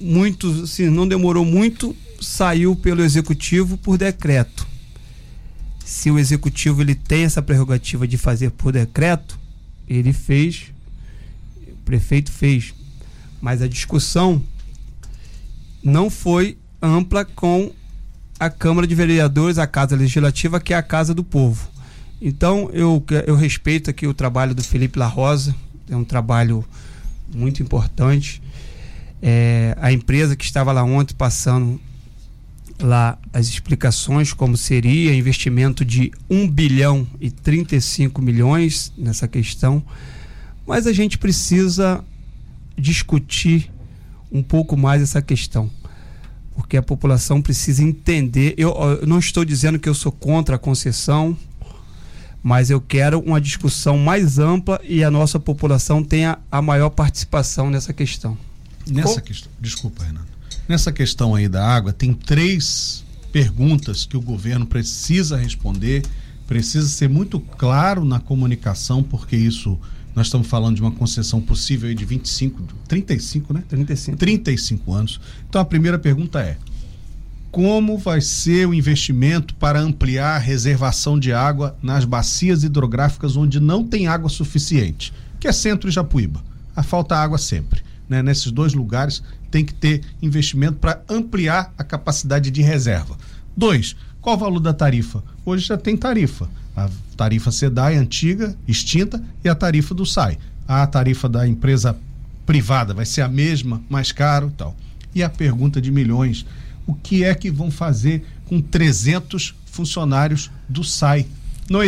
demorou muito, saiu pelo Executivo por decreto. Se o Executivo ele tem essa prerrogativa de fazer por decreto, ele fez, o prefeito fez, mas a discussão não foi ampla com a Câmara de Vereadores, a Casa Legislativa, que é a Casa do Povo. Então eu respeito aqui o trabalho do Felipe La Rosa, é um trabalho muito importante. A empresa que estava lá ontem passando lá as explicações como seria investimento de 1 bilhão e 35 milhões nessa questão, mas a gente precisa discutir um pouco mais essa questão, porque a população precisa entender. Eu não estou dizendo que eu sou contra a concessão, mas eu quero uma discussão mais ampla e a nossa população tenha a maior participação nessa questão. Desculpa, Renato. Nessa questão aí da água, tem 3 perguntas que o governo precisa responder, precisa ser muito claro na comunicação, porque isso, nós estamos falando de uma concessão possível aí de 35, né? 35 anos. Então a primeira pergunta é: como vai ser o investimento para ampliar a reservação de água nas bacias hidrográficas onde não tem água suficiente, que é Centro e Japuíba? Falta água sempre, né? Nesses 2 lugares tem que ter investimento para ampliar a capacidade de reserva. 2, qual o valor da tarifa? Hoje já tem tarifa. A tarifa SEDAI antiga, extinta, e a tarifa do SAI. A tarifa da empresa privada vai ser a mesma, mais caro e tal. E a pergunta de milhões: o que é que vão fazer com 300 funcionários do SAI? Não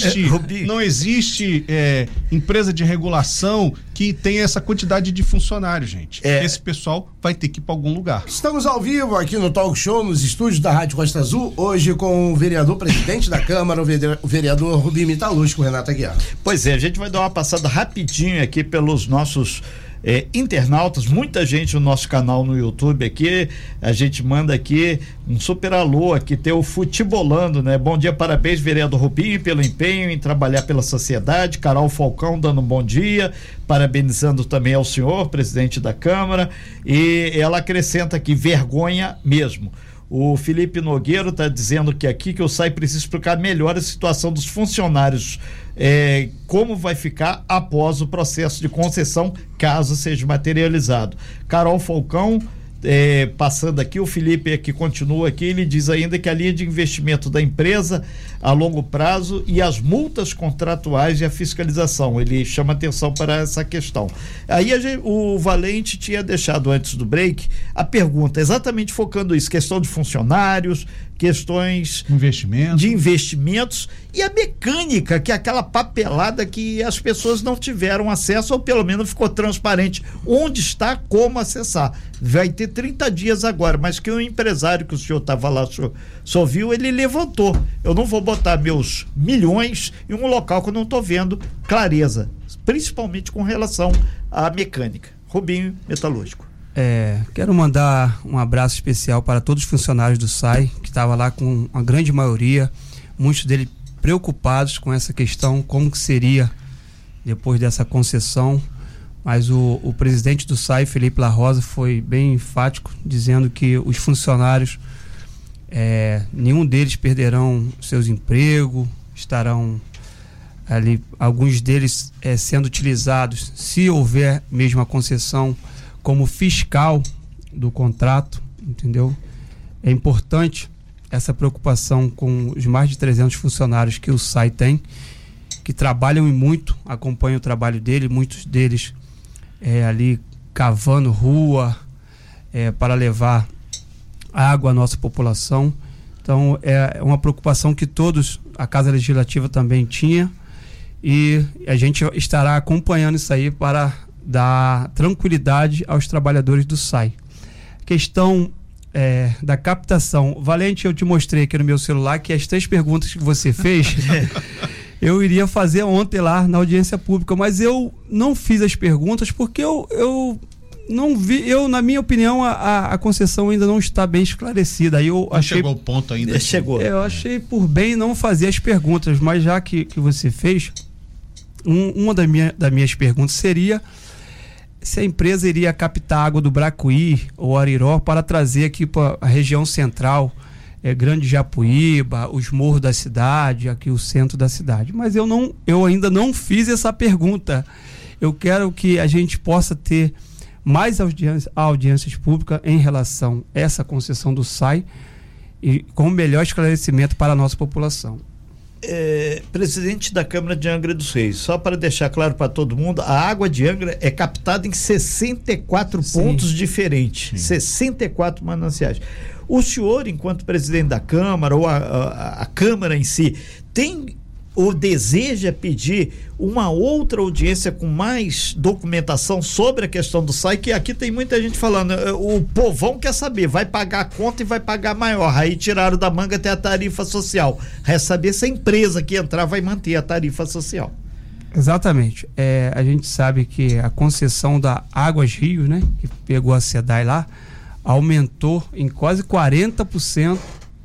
existe empresa de regulação que tenha essa quantidade de funcionários, gente. Esse pessoal vai ter que ir para algum lugar. Estamos ao vivo aqui no Talk Show, nos estúdios da Rádio Costa Azul, hoje com o vereador presidente da Câmara, o vereador Rubinho Mitalusco, Renato Aguiar. Pois é, a gente vai dar uma passada rapidinho aqui pelos nossos internautas, muita gente no nosso canal no YouTube aqui. A gente manda aqui um super alô, aqui tem o Futebolando, né? Bom dia, parabéns, vereador Rubinho, pelo empenho em trabalhar pela sociedade. Carol Falcão dando um bom dia, parabenizando também ao senhor, presidente da Câmara, e ela acrescenta aqui: vergonha mesmo. O Felipe Nogueiro está dizendo que aqui que o SAI precisa explicar melhor a situação dos funcionários, como vai ficar após o processo de concessão, caso seja materializado. Carol Falcão passando aqui, o Felipe que continua aqui, ele diz ainda que a linha de investimento da empresa a longo prazo e as multas contratuais e a fiscalização, ele chama atenção para essa questão. Aí o Valente tinha deixado antes do break a pergunta, exatamente focando isso, questão de funcionários, questões de investimentos e a mecânica, que é aquela papelada que as pessoas não tiveram acesso, ou pelo menos ficou transparente onde está, como acessar. Vai ter 30 dias agora, mas que o empresário que o senhor estava lá, só viu, ele levantou. Eu não vou botar meus milhões em um local que eu não estou vendo clareza, principalmente com relação à mecânica. Rubinho Metalúrgico. Quero mandar um abraço especial para todos os funcionários do SAI, que estavam lá com a grande maioria, muitos deles preocupados com essa questão, como que seria depois dessa concessão, mas o presidente do SAI, Felipe La Rosa, foi bem enfático, dizendo que os funcionários, nenhum deles perderão seus empregos, estarão ali, alguns deles sendo utilizados, se houver mesmo a concessão, como fiscal do contrato, entendeu? É importante essa preocupação com os mais de 300 funcionários que o SAI tem, que trabalham e muito, acompanham o trabalho dele, muitos deles ali cavando rua para levar água à nossa população. Então é uma preocupação que todos, a Casa Legislativa também tinha, e a gente estará acompanhando isso aí para dar tranquilidade aos trabalhadores do SAI. Questão da captação. Valente, eu te mostrei aqui no meu celular que as 3 perguntas que você fez eu iria fazer ontem lá na audiência pública, mas eu não fiz as perguntas porque eu não vi, na minha opinião, a concessão ainda não está bem esclarecida. Aí eu achei, chegou ao ponto ainda. Chegou. Eu achei por bem não fazer as perguntas, mas já que você fez, uma das minhas perguntas seria se a empresa iria captar água do Bracuí ou Ariró para trazer aqui para a região central, Grande Japuíba, os morros da cidade, aqui o centro da cidade. Mas eu ainda não fiz essa pergunta. Eu quero que a gente possa ter mais audiências públicas em relação a essa concessão do SAI e com o melhor esclarecimento para a nossa população. Presidente da Câmara de Angra dos Reis, só para deixar claro para todo mundo, a água de Angra é captada em 64 pontos diferentes, 64 mananciais. O senhor, enquanto presidente da Câmara, ou a Câmara em si, tem ou deseja pedir uma outra audiência com mais documentação sobre a questão do SAI, que aqui tem muita gente falando, o povão quer saber, vai pagar a conta e vai pagar maior, aí tiraram da manga até a tarifa social, resta saber se a empresa que entrar vai manter a tarifa social. Exatamente, a gente sabe que a concessão da Águas Rio, né, que pegou a SEDAI lá, aumentou em quase 40%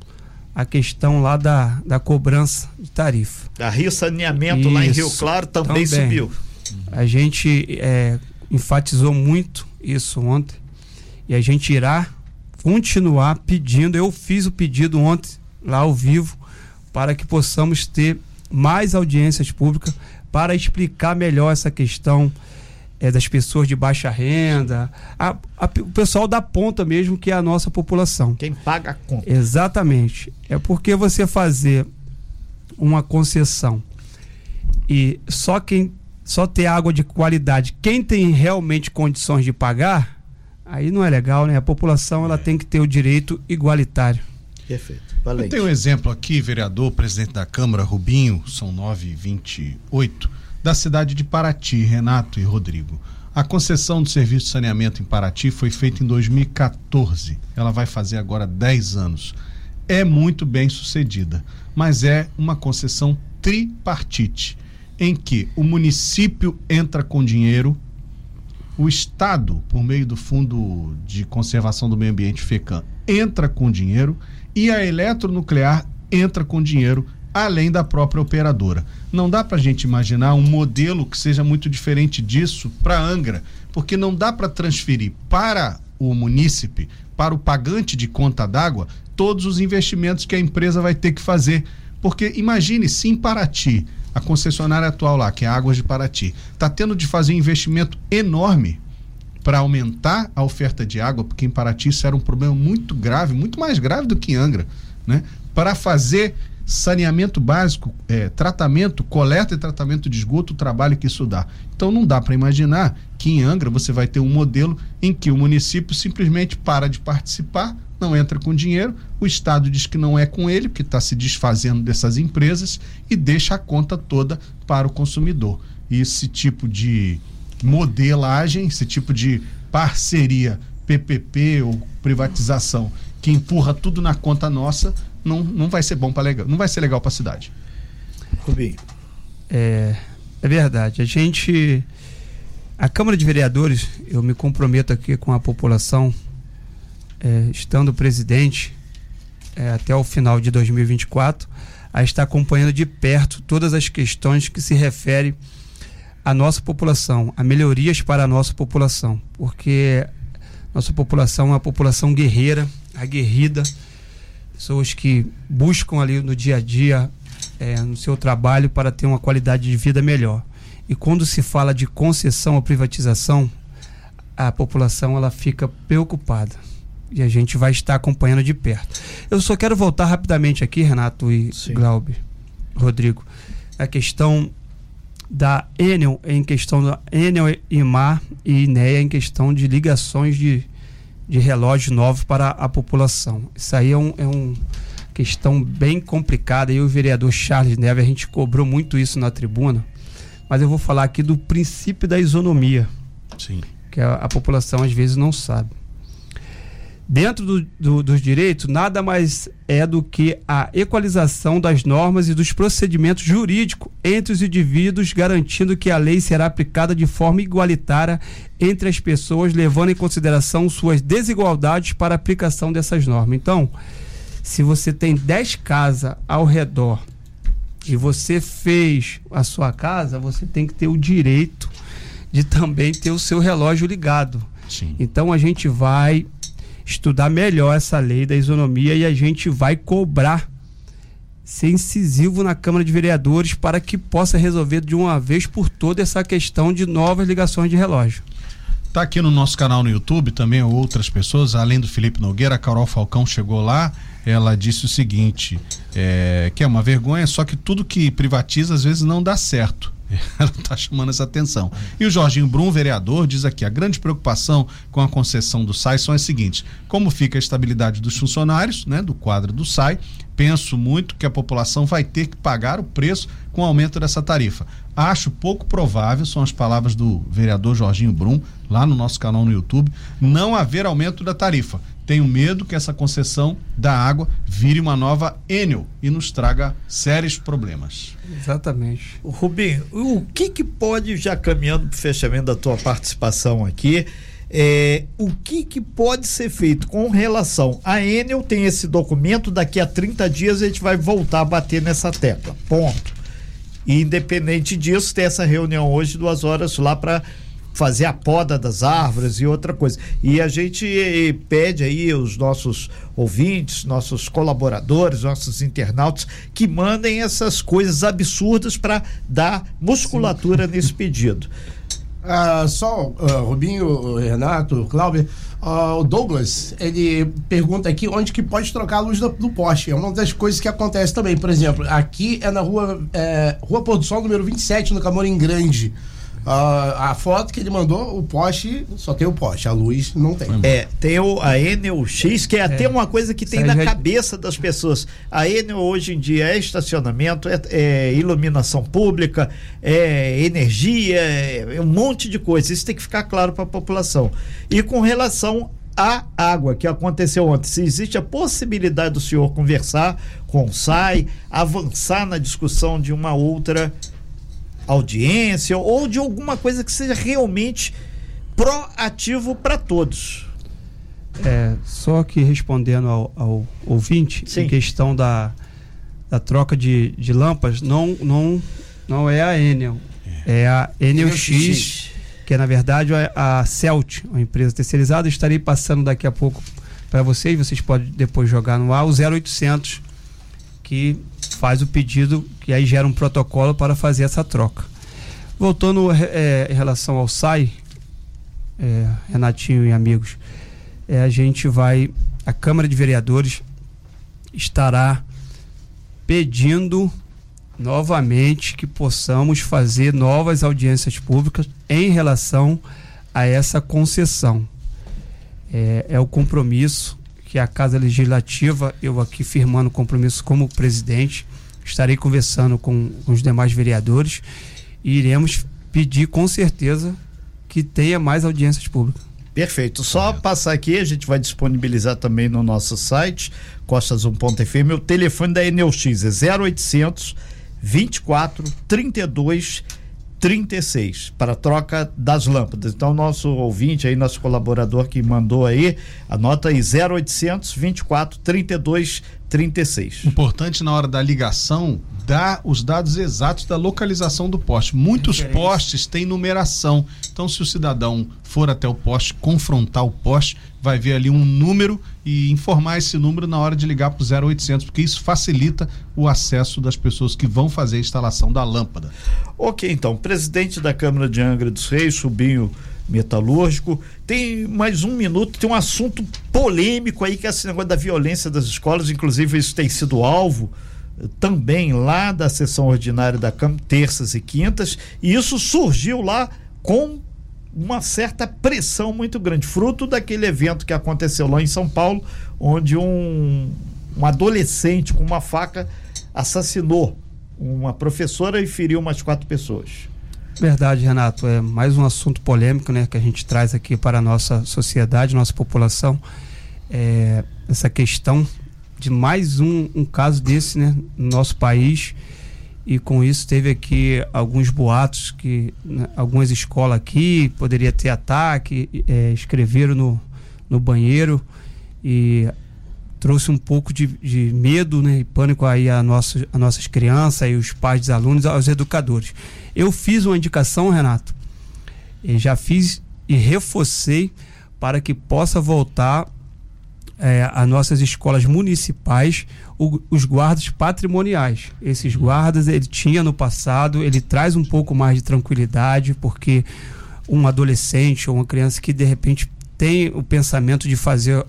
a questão lá da cobrança de tarifa. A Rio Saneamento lá em Rio Claro também subiu. A gente enfatizou muito isso ontem e a gente irá continuar pedindo. Eu fiz o pedido ontem lá ao vivo para que possamos ter mais audiências públicas para explicar melhor essa questão das pessoas de baixa renda, o pessoal da ponta mesmo, que é a nossa população. Quem paga a conta. Exatamente. É porque você fazer uma concessão e só ter água de qualidade, quem tem realmente condições de pagar, aí não é legal, né? A população ela tem que ter o direito igualitário. Perfeito. Valente. Eu tenho um exemplo aqui, vereador, presidente da Câmara, Rubinho, são 9h28, da cidade de Paraty, Renato e Rodrigo. A concessão do serviço de saneamento em Paraty foi feita em 2014. Ela vai fazer agora 10 anos. É muito bem sucedida, mas é uma concessão tripartite, em que o município entra com dinheiro, o Estado, por meio do Fundo de Conservação do Meio Ambiente, FECAM, entra com dinheiro e a Eletronuclear entra com dinheiro, além da própria operadora. Não dá para a gente imaginar um modelo que seja muito diferente disso para Angra, porque não dá para transferir para o munícipe, para o pagante de conta d'água, todos os investimentos que a empresa vai ter que fazer. Porque imagine se em Paraty, a concessionária atual lá, que é Águas de Paraty, está tendo de fazer um investimento enorme para aumentar a oferta de água, porque em Paraty isso era um problema muito grave, muito mais grave do que em Angra, né? Para fazer saneamento básico, tratamento, coleta e tratamento de esgoto, o trabalho que isso dá. Então não dá para imaginar que em Angra você vai ter um modelo em que o município simplesmente para de participar, não entra com dinheiro, o Estado diz que não é com ele, porque está se desfazendo dessas empresas e deixa a conta toda para o consumidor. E esse tipo de modelagem, esse tipo de parceria PPP ou privatização que empurra tudo na conta nossa, não vai ser bom para legal, não vai ser legal para a cidade. Rubinho. É verdade. A Câmara de Vereadores, eu me comprometo aqui com a população, estando presidente até o final de 2024, a estar acompanhando de perto todas as questões que se referem à nossa população, a melhorias para a nossa população, porque nossa população é uma população guerreira, aguerrida, pessoas que buscam ali no dia a dia, no seu trabalho, para ter uma qualidade de vida melhor. E quando se fala de concessão ou privatização, a população ela fica preocupada. E a gente vai estar acompanhando de perto. Eu só quero voltar rapidamente aqui, Renato e Glauber, Rodrigo, a questão da Enel, em questão da Enel, Imar e INEA, em questão de ligações de relógio novo para a população. Isso aí é uma questão bem complicada, e o vereador Charles Neves, a gente cobrou muito isso na tribuna, mas eu vou falar aqui do princípio da isonomia. Sim. Que a população às vezes não sabe. Dentro dos direitos, nada mais é do que a equalização das normas e dos procedimentos jurídicos entre os indivíduos, garantindo que a lei será aplicada de forma igualitária entre as pessoas, levando em consideração suas desigualdades para a aplicação dessas normas. Então, se você tem 10 casas ao redor e você fez a sua casa, você tem que ter o direito de também ter o seu relógio ligado. Sim. Então, a gente vai estudar melhor essa lei da isonomia e a gente vai cobrar, ser incisivo na Câmara de Vereadores para que possa resolver de uma vez por todas essa questão de novas ligações de relógio. Tá aqui no nosso canal no YouTube também outras pessoas, além do Felipe Nogueira, a Carol Falcão chegou lá, ela disse o seguinte, que é uma vergonha, só que tudo que privatiza às vezes não dá certo. Ela está chamando essa atenção. E o Jorginho Brum, vereador, diz aqui: a grande preocupação com a concessão do SAI são as seguintes: como fica a estabilidade dos funcionários, né, do quadro do SAI. Penso muito que a população vai ter que pagar o preço com o aumento dessa tarifa. Acho pouco provável, são as palavras do vereador Jorginho Brum, lá no nosso canal no YouTube, não haver aumento da tarifa. Tenho medo que essa concessão da água vire uma nova Enel e nos traga sérios problemas. Exatamente. Rubinho, o que pode, já caminhando para o fechamento da tua participação aqui, o que pode ser feito com relação a Enel? Tem esse documento, daqui a 30 dias a gente vai voltar a bater nessa tecla, ponto. E independente disso, tem essa reunião hoje, 2 horas lá para fazer a poda das árvores e outra coisa. E a gente pede aí os nossos ouvintes, nossos colaboradores, nossos internautas que mandem essas coisas absurdas para dar musculatura nesse pedido. Rubinho, Renato, Cláudio, o Douglas, ele pergunta aqui onde que pode trocar a luz do poste. É uma das coisas que acontece também. Por exemplo, aqui é na rua Pôr do Sol, número 27, no Camorim Grande. A foto que ele mandou, o poste, só tem o poste, a luz não tem. Tem a Enel X, que é até uma coisa que tem na cabeça das pessoas. A Enel hoje em dia é estacionamento, é iluminação pública, é energia, é um monte de coisa. Isso tem que ficar claro para a população. E com relação à água, que aconteceu ontem, se existe a possibilidade do senhor conversar com o SAI, avançar na discussão de uma outra audiência ou de alguma coisa que seja realmente proativo para todos. Só que respondendo ao ouvinte, sim, em questão da troca de lâmpadas, não é a Enel, é a Enel X, que é na verdade a Celt, uma empresa terceirizada. Estarei passando daqui a pouco para vocês podem depois jogar no ar o 0800, que faz o pedido, que aí gera um protocolo para fazer essa troca. Voltando em relação ao SAI, Renatinho e amigos, a Câmara de Vereadores estará pedindo novamente que possamos fazer novas audiências públicas em relação a essa concessão. É o compromisso que a Casa Legislativa, eu aqui firmando o compromisso como presidente, estarei conversando com os demais vereadores e iremos pedir com certeza que tenha mais audiências públicas. Perfeito, só passar aqui, a gente vai disponibilizar também no nosso site, costazoom.fm, o telefone da Enel X é 0800 24 32 36 para troca das lâmpadas. Então, nosso ouvinte aí, nosso colaborador que mandou aí, anota aí 0800 24 32 36. Importante na hora da ligação dar os dados exatos da localização do poste. Muitos postes têm numeração. Então, se o cidadão for até o poste, confrontar o poste, vai ver ali um número e informar esse número na hora de ligar para o 0800, porque isso facilita o acesso das pessoas que vão fazer a instalação da lâmpada. Ok, então, presidente da Câmara de Angra dos Reis, Rubinho Metalúrgico, tem mais um minuto, tem um assunto polêmico aí, que é esse negócio da violência das escolas, inclusive isso tem sido alvo também lá da sessão ordinária da Câmara, terças e quintas, e isso surgiu lá com uma certa pressão muito grande, fruto daquele evento que aconteceu lá em São Paulo, onde um adolescente com uma faca assassinou uma professora e feriu umas 4 pessoas. Verdade, Renato, é mais um assunto polêmico, né, que a gente traz aqui para a nossa sociedade, nossa população, essa questão de mais um caso desse, né, no nosso país, e com isso teve aqui alguns boatos que, né, algumas escolas aqui poderia ter ataque, escreveram no banheiro e trouxe um pouco de medo, né, e pânico aí a nossas crianças, aí os pais dos alunos, aos educadores. Eu fiz uma indicação, Renato, já fiz e reforcei para que possa voltar às nossas escolas municipais os guardas patrimoniais. Esses guardas, ele tinha no passado, ele traz um pouco mais de tranquilidade, porque um adolescente ou uma criança que de repente tem o pensamento de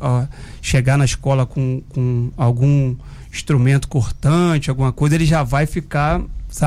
chegar na escola com algum instrumento cortante, alguma coisa, ele já vai ficar,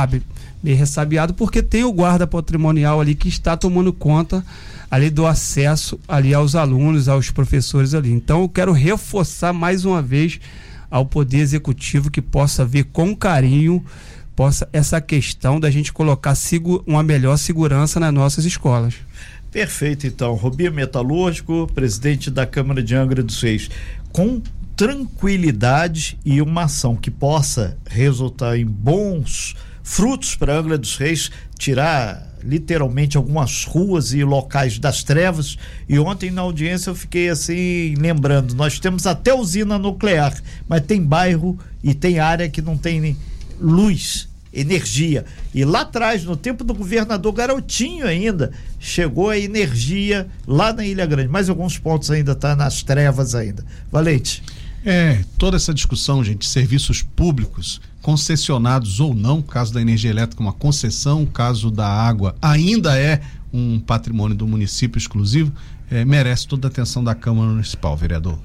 meio ressabiado, porque tem o guarda patrimonial ali que está tomando conta ali do acesso ali aos alunos, aos professores ali. Então eu quero reforçar mais uma vez ao Poder Executivo que possa ver com carinho essa questão da gente colocar uma melhor segurança nas nossas escolas. Perfeito, então. Rubinho Metalúrgico, presidente da Câmara de Angra dos Reis, com tranquilidade e uma ação que possa resultar em bons frutos para Angra dos Reis, tirar literalmente algumas ruas e locais das trevas. E ontem na audiência eu fiquei assim lembrando, nós temos até usina nuclear, mas tem bairro e tem área que não tem luz, energia, e lá atrás, no tempo do governador Garotinho ainda, chegou a energia lá na Ilha Grande, mas alguns pontos ainda tá nas trevas ainda. Valente. Toda essa discussão, gente, serviços públicos, concessionados ou não, caso da energia elétrica, uma concessão, caso da água ainda é um patrimônio do município exclusivo, merece toda a atenção da Câmara Municipal, vereador.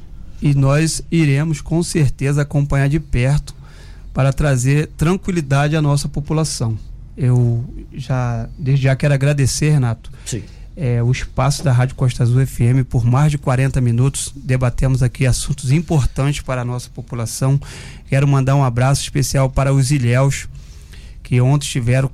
E nós iremos com certeza acompanhar de perto para trazer tranquilidade à nossa população. Eu desde já quero agradecer, Renato, sim, o espaço da Rádio Costa Azul FM. Por mais de 40 minutos debatemos aqui assuntos importantes para a nossa população. Quero mandar um abraço especial para os ilhéus que ontem estiveram,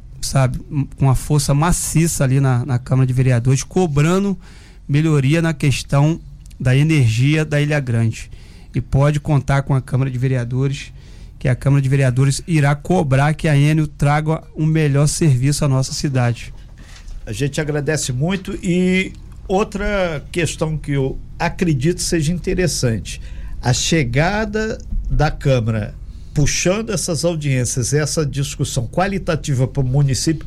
com uma força maciça ali na Câmara de Vereadores, cobrando melhoria na questão da energia da Ilha Grande. E pode contar com a Câmara de Vereadores, que a Câmara de Vereadores irá cobrar que a Enel traga um melhor serviço à nossa cidade. A gente agradece muito. E outra questão que eu acredito seja interessante, a chegada da Câmara puxando essas audiências, essa discussão qualitativa para o município,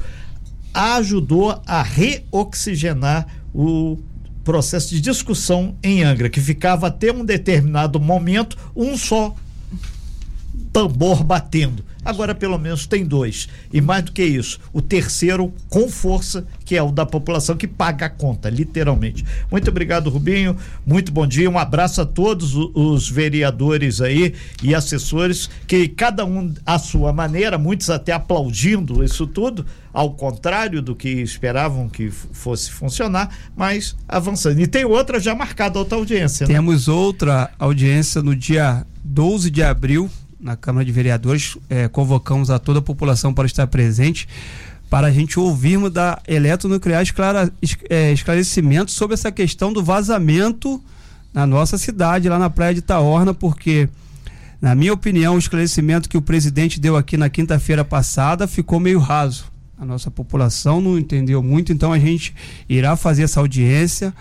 ajudou a reoxigenar o processo de discussão em Angra, que ficava até um determinado momento um só tambor batendo. Agora pelo menos tem 2. E mais do que isso, o terceiro com força, que é o da população que paga a conta, literalmente. Muito obrigado, Rubinho. Muito bom dia. Um abraço a todos os vereadores aí e assessores, que cada um à sua maneira, muitos até aplaudindo isso tudo, ao contrário do que esperavam que fosse funcionar, mas avançando. E tem outra já marcada, outra audiência, né? Temos outra audiência no dia 12 de abril, na Câmara de Vereadores. Convocamos a toda a população para estar presente, para a gente ouvirmos da Eletronuclear esclarecimentos sobre essa questão do vazamento na nossa cidade, lá na Praia de Itaorna, porque, na minha opinião, o esclarecimento que o presidente deu aqui na quinta-feira passada ficou meio raso. A nossa população não entendeu muito, então a gente irá fazer essa audiência,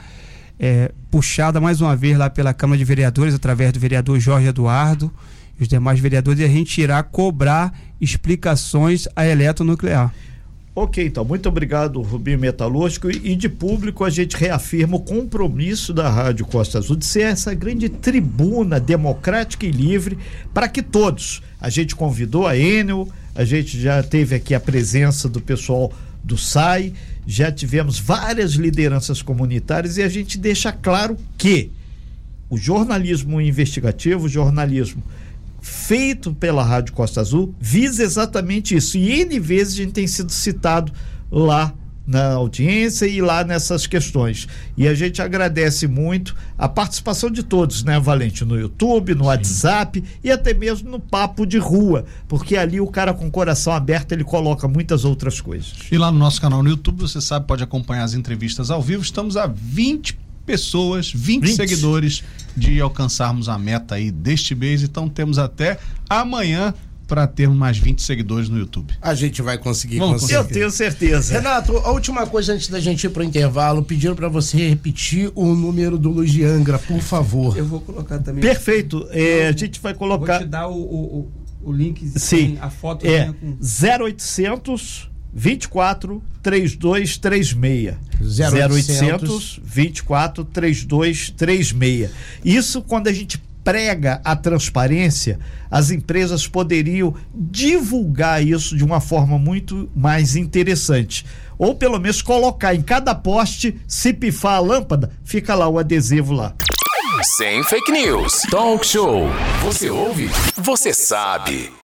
puxada mais uma vez lá pela Câmara de Vereadores, através do vereador Jorge Eduardo e os demais vereadores, e a gente irá cobrar explicações à Eletronuclear. Ok, então, muito obrigado, Rubinho Metalúrgico. E de público, a gente reafirma o compromisso da Rádio Costa Azul de ser essa grande tribuna democrática e livre para que todos. A gente convidou a Enel, a gente já teve aqui a presença do pessoal do SAI, já tivemos várias lideranças comunitárias, e a gente deixa claro que o jornalismo investigativo, o jornalismo feito pela Rádio Costa Azul, visa exatamente isso. E N vezes a gente tem sido citado lá na audiência e lá nessas questões. E a gente agradece muito a participação de todos, né, Valente? No YouTube, no WhatsApp e até mesmo no papo de rua, porque ali o cara com o coração aberto, ele coloca muitas outras coisas. E lá no nosso canal no YouTube, você sabe, pode acompanhar as entrevistas ao vivo. Estamos a 20 pessoas, 20 seguidores de alcançarmos a meta aí deste mês, então temos até amanhã para termos mais 20 seguidores no YouTube. A gente vai conseguir. Eu tenho certeza. Renato, a última coisa antes da gente ir pro intervalo, pediram para você repetir o número do Luz de Angra, por favor. Eu vou colocar também. Perfeito. A gente vai colocar. Vou te dar o link, sim, a foto. 0800 24 3236. 0800 24 3236. Isso quando a gente prega a transparência, as empresas poderiam divulgar isso de uma forma muito mais interessante. Ou pelo menos colocar em cada poste, se pifar a lâmpada, fica lá o adesivo lá. Sem fake news. Talk show. Você ouve? Você sabe.